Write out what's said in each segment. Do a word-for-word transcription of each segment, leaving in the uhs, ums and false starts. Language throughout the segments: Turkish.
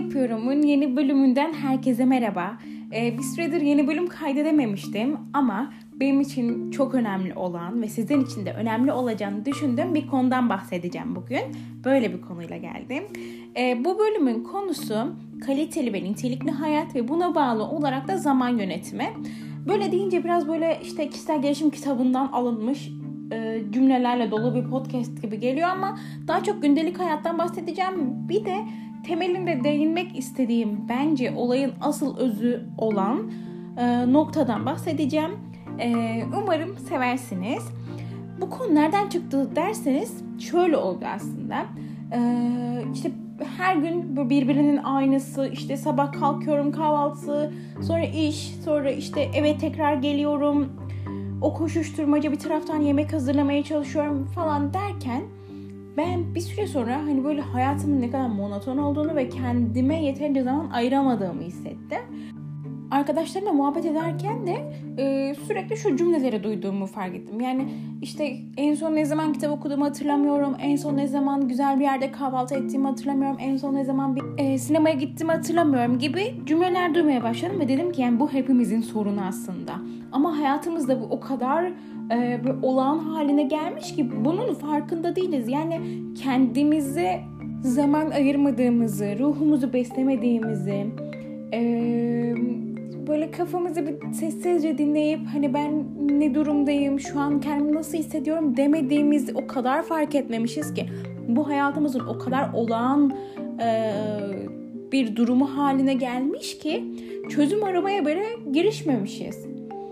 Yapıyorum'un yeni bölümünden herkese merhaba. Ee, bir süredir yeni bölüm kaydedememiştim ama benim için çok önemli olan ve sizin için de önemli olacağını düşündüğüm bir konudan bahsedeceğim bugün. Böyle bir konuyla geldim. Ee, bu bölümün konusu kaliteli ve nitelikli hayat ve buna bağlı olarak da zaman yönetimi. Böyle deyince biraz böyle işte kişisel gelişim kitabından alınmış e, cümlelerle dolu bir podcast gibi geliyor ama daha çok gündelik hayattan bahsedeceğim. Bir de temelinde değinmek istediğim bence olayın asıl özü olan e, noktadan bahsedeceğim. E, umarım seversiniz. Bu konu nereden çıktı derseniz şöyle oldu aslında. E, işte her gün birbirinin aynısı, işte sabah kalkıyorum kahvaltı, sonra iş, sonra işte eve tekrar geliyorum. O koşuşturmaca bir taraftan yemek hazırlamaya çalışıyorum falan derken ben bir süre sonra hani böyle hayatımın ne kadar monoton olduğunu ve kendime yeterince zaman ayıramadığımı hissettim. Arkadaşlarımla muhabbet ederken de e, sürekli şu cümleleri duyduğumu fark ettim. Yani işte en son ne zaman kitap okuduğumu hatırlamıyorum. En son ne zaman güzel bir yerde kahvaltı ettiğimi hatırlamıyorum. En son ne zaman bir e, sinemaya gittiğimi hatırlamıyorum gibi cümleler duymaya başladım. Ve dedim ki yani bu hepimizin sorunu aslında. Ama hayatımızda bu o kadar e, bir olağan haline gelmiş ki bunun farkında değiliz. Yani kendimize zaman ayırmadığımızı, ruhumuzu beslemediğimizi, Ee, böyle kafamızı bir sessizce dinleyip hani ben ne durumdayım, şu an kendimi nasıl hissediyorum demediğimizi o kadar fark etmemişiz ki bu hayatımızın o kadar olağan e, bir durumu haline gelmiş ki çözüm aramaya böyle girişmemişiz.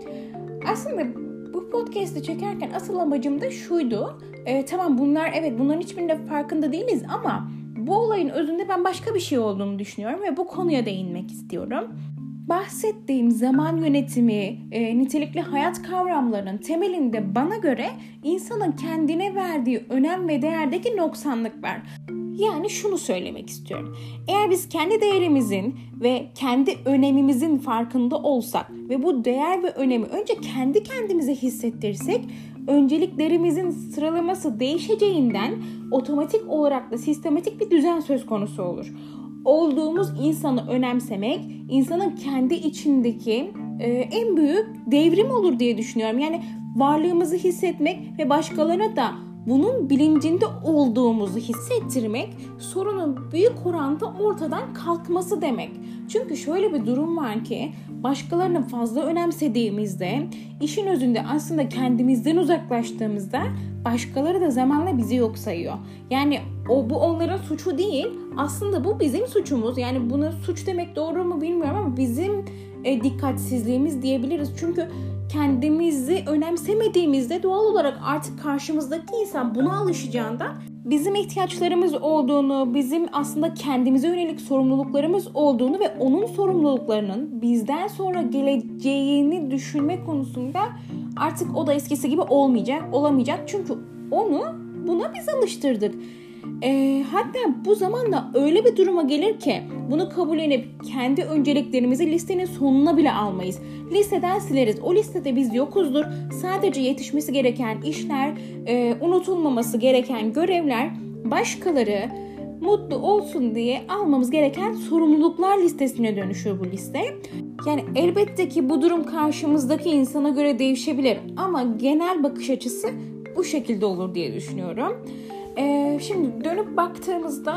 Aslında bu podcast'i çekerken asıl amacım da şuydu. E, tamam bunlar evet bunların hiçbirinde farkında değiliz ama bu olayın özünde ben başka bir şey olduğunu düşünüyorum ve bu konuya değinmek istiyorum. Bahsettiğim zaman yönetimi, e, nitelikli hayat kavramlarının temelinde bana göre insanın kendine verdiği önem ve değerdeki noksanlık var. Yani şunu söylemek istiyorum. Eğer biz kendi değerimizin ve kendi önemimizin farkında olsak ve bu değer ve önemi önce kendi kendimize hissettirsek, önceliklerimizin sıralaması değişeceğinden otomatik olarak da sistematik bir düzen söz konusu olur. Olduğumuz insanı önemsemek, insanın kendi içindeki e, en büyük devrim olur diye düşünüyorum. Yani varlığımızı hissetmek ve başkalarına da bunun bilincinde olduğumuzu hissettirmek sorunun büyük oranda ortadan kalkması demek. Çünkü şöyle bir durum var ki başkalarını fazla önemsediğimizde, işin özünde aslında kendimizden uzaklaştığımızda başkaları da zamanla bizi yok sayıyor. Yani o bu onların suçu değil, aslında bu bizim suçumuz. Yani buna suç demek doğru mu bilmiyorum ama bizim e, dikkatsizliğimiz diyebiliriz. Çünkü kendimizi önemsemediğimizde doğal olarak artık karşımızdaki insan buna alışacağından bizim ihtiyaçlarımız olduğunu, bizim aslında kendimize yönelik sorumluluklarımız olduğunu ve onun sorumluluklarının bizden sonra geleceğini düşünme konusunda artık o da eskisi gibi olmayacak, olamayacak. Çünkü onu buna biz alıştırdık. E, hatta bu zamanla öyle bir duruma gelir ki bunu kabullenip kendi önceliklerimizi listenin sonuna bile almayız. Listeden sileriz. O listede biz yokuzdur. Sadece yetişmesi gereken işler, e, unutulmaması gereken görevler, başkaları mutlu olsun diye almamız gereken sorumluluklar listesine dönüşüyor bu liste. Yani elbette ki bu durum karşımızdaki insana göre değişebilir ama genel bakış açısı bu şekilde olur diye düşünüyorum. Ee, şimdi dönüp baktığımızda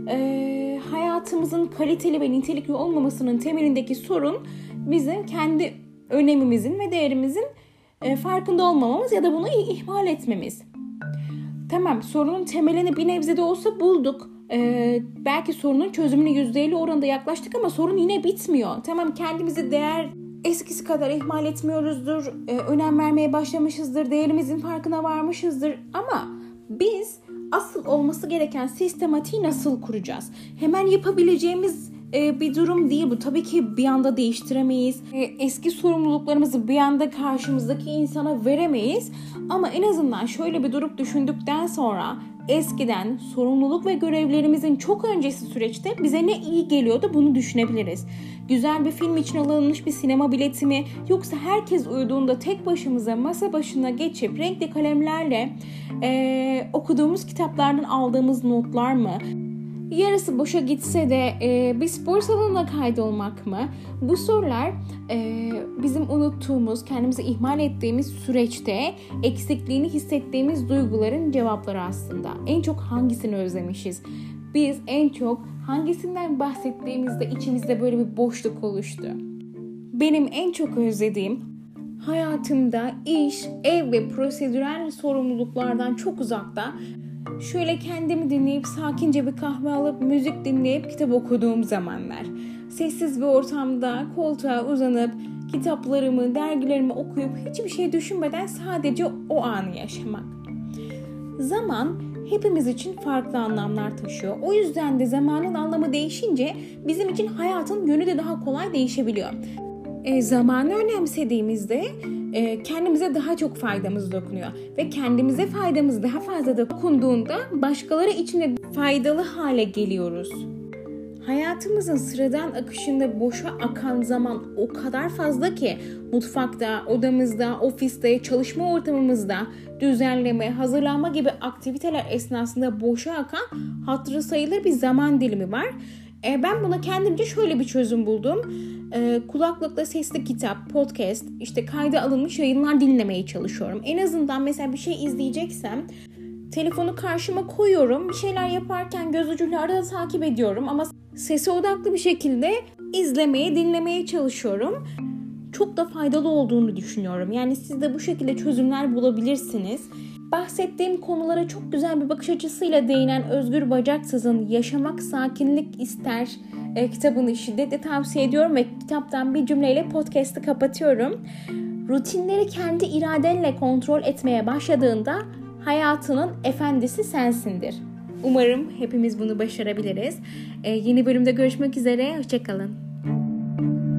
e, hayatımızın kaliteli ve nitelikli olmamasının temelindeki sorun bizim kendi önemimizin ve değerimizin e, farkında olmamamız ya da bunu ihmal etmemiz. Tamam, sorunun temelini bir nebze de olsa bulduk. Ee, belki sorunun çözümüne yüzde elli oranında yaklaştık ama sorun yine bitmiyor. Tamam, kendimizi değer eskisi kadar ihmal etmiyoruzdur, e, önem vermeye başlamışızdır, değerimizin farkına varmışızdır ama biz asıl olması gereken sistematiği nasıl kuracağız? Hemen yapabileceğimiz e, bir durum değil bu. Tabii ki bir anda değiştiremeyiz. E, eski sorumluluklarımızı bir anda karşımızdaki insana veremeyiz. Ama en azından şöyle bir durup düşündükten sonra eskiden sorumluluk ve görevlerimizin çok öncesi süreçte bize ne iyi geliyordu bunu düşünebiliriz. Güzel bir film için alınmış bir sinema bileti mi, yoksa herkes uyuduğunda tek başımıza masa başına geçip renkli kalemlerle e, okuduğumuz kitaplardan aldığımız notlar mı? Yarısı boşa gitse de e, bir spor salonuna kaydolmak mı? Bu sorular e, bizim unuttuğumuz, kendimizi ihmal ettiğimiz süreçte eksikliğini hissettiğimiz duyguların cevapları aslında. En çok hangisini özlemişiz? Biz en çok hangisinden bahsettiğimizde içimizde böyle bir boşluk oluştu? Benim en çok özlediğim hayatımda iş, ev ve prosedürel sorumluluklardan çok uzakta, şöyle kendimi dinleyip sakince bir kahve alıp müzik dinleyip kitap okuduğum zamanlar. Sessiz bir ortamda koltuğa uzanıp kitaplarımı, dergilerimi okuyup hiçbir şey düşünmeden sadece o anı yaşamak. Zaman hepimiz için farklı anlamlar taşıyor. O yüzden de zamanın anlamı değişince bizim için hayatın yönü de daha kolay değişebiliyor. E, zamanı önemsediğimizde e, kendimize daha çok faydamız dokunuyor. Ve kendimize faydamız daha fazla dokunduğunda başkaları için de faydalı hale geliyoruz. Hayatımızın sıradan akışında boşa akan zaman o kadar fazla ki mutfakta, odamızda, ofiste, çalışma ortamımızda düzenleme, hazırlanma gibi aktiviteler esnasında boşa akan hatırı sayılır bir zaman dilimi var. E, ben buna kendimce şöyle bir çözüm buldum. E, kulaklıkla sesli kitap, podcast, işte kayda alınmış yayınlar dinlemeye çalışıyorum. En azından mesela bir şey izleyeceksem telefonu karşıma koyuyorum. Bir şeyler yaparken göz ucuyla arada takip ediyorum ama sese odaklı bir şekilde izlemeye, dinlemeye çalışıyorum. Çok da faydalı olduğunu düşünüyorum. Yani siz de bu şekilde çözümler bulabilirsiniz. Bahsettiğim konulara çok güzel bir bakış açısıyla değinen Özgür Bacaksız'ın Yaşamak Sakinlik İster e, kitabını şiddetle tavsiye ediyorum ve kitaptan bir cümleyle podcast'ı kapatıyorum. Rutinleri kendi iradenle kontrol etmeye başladığında hayatının efendisi sensindir. Umarım hepimiz bunu başarabiliriz. E, yeni bölümde görüşmek üzere. Hoşça kalın.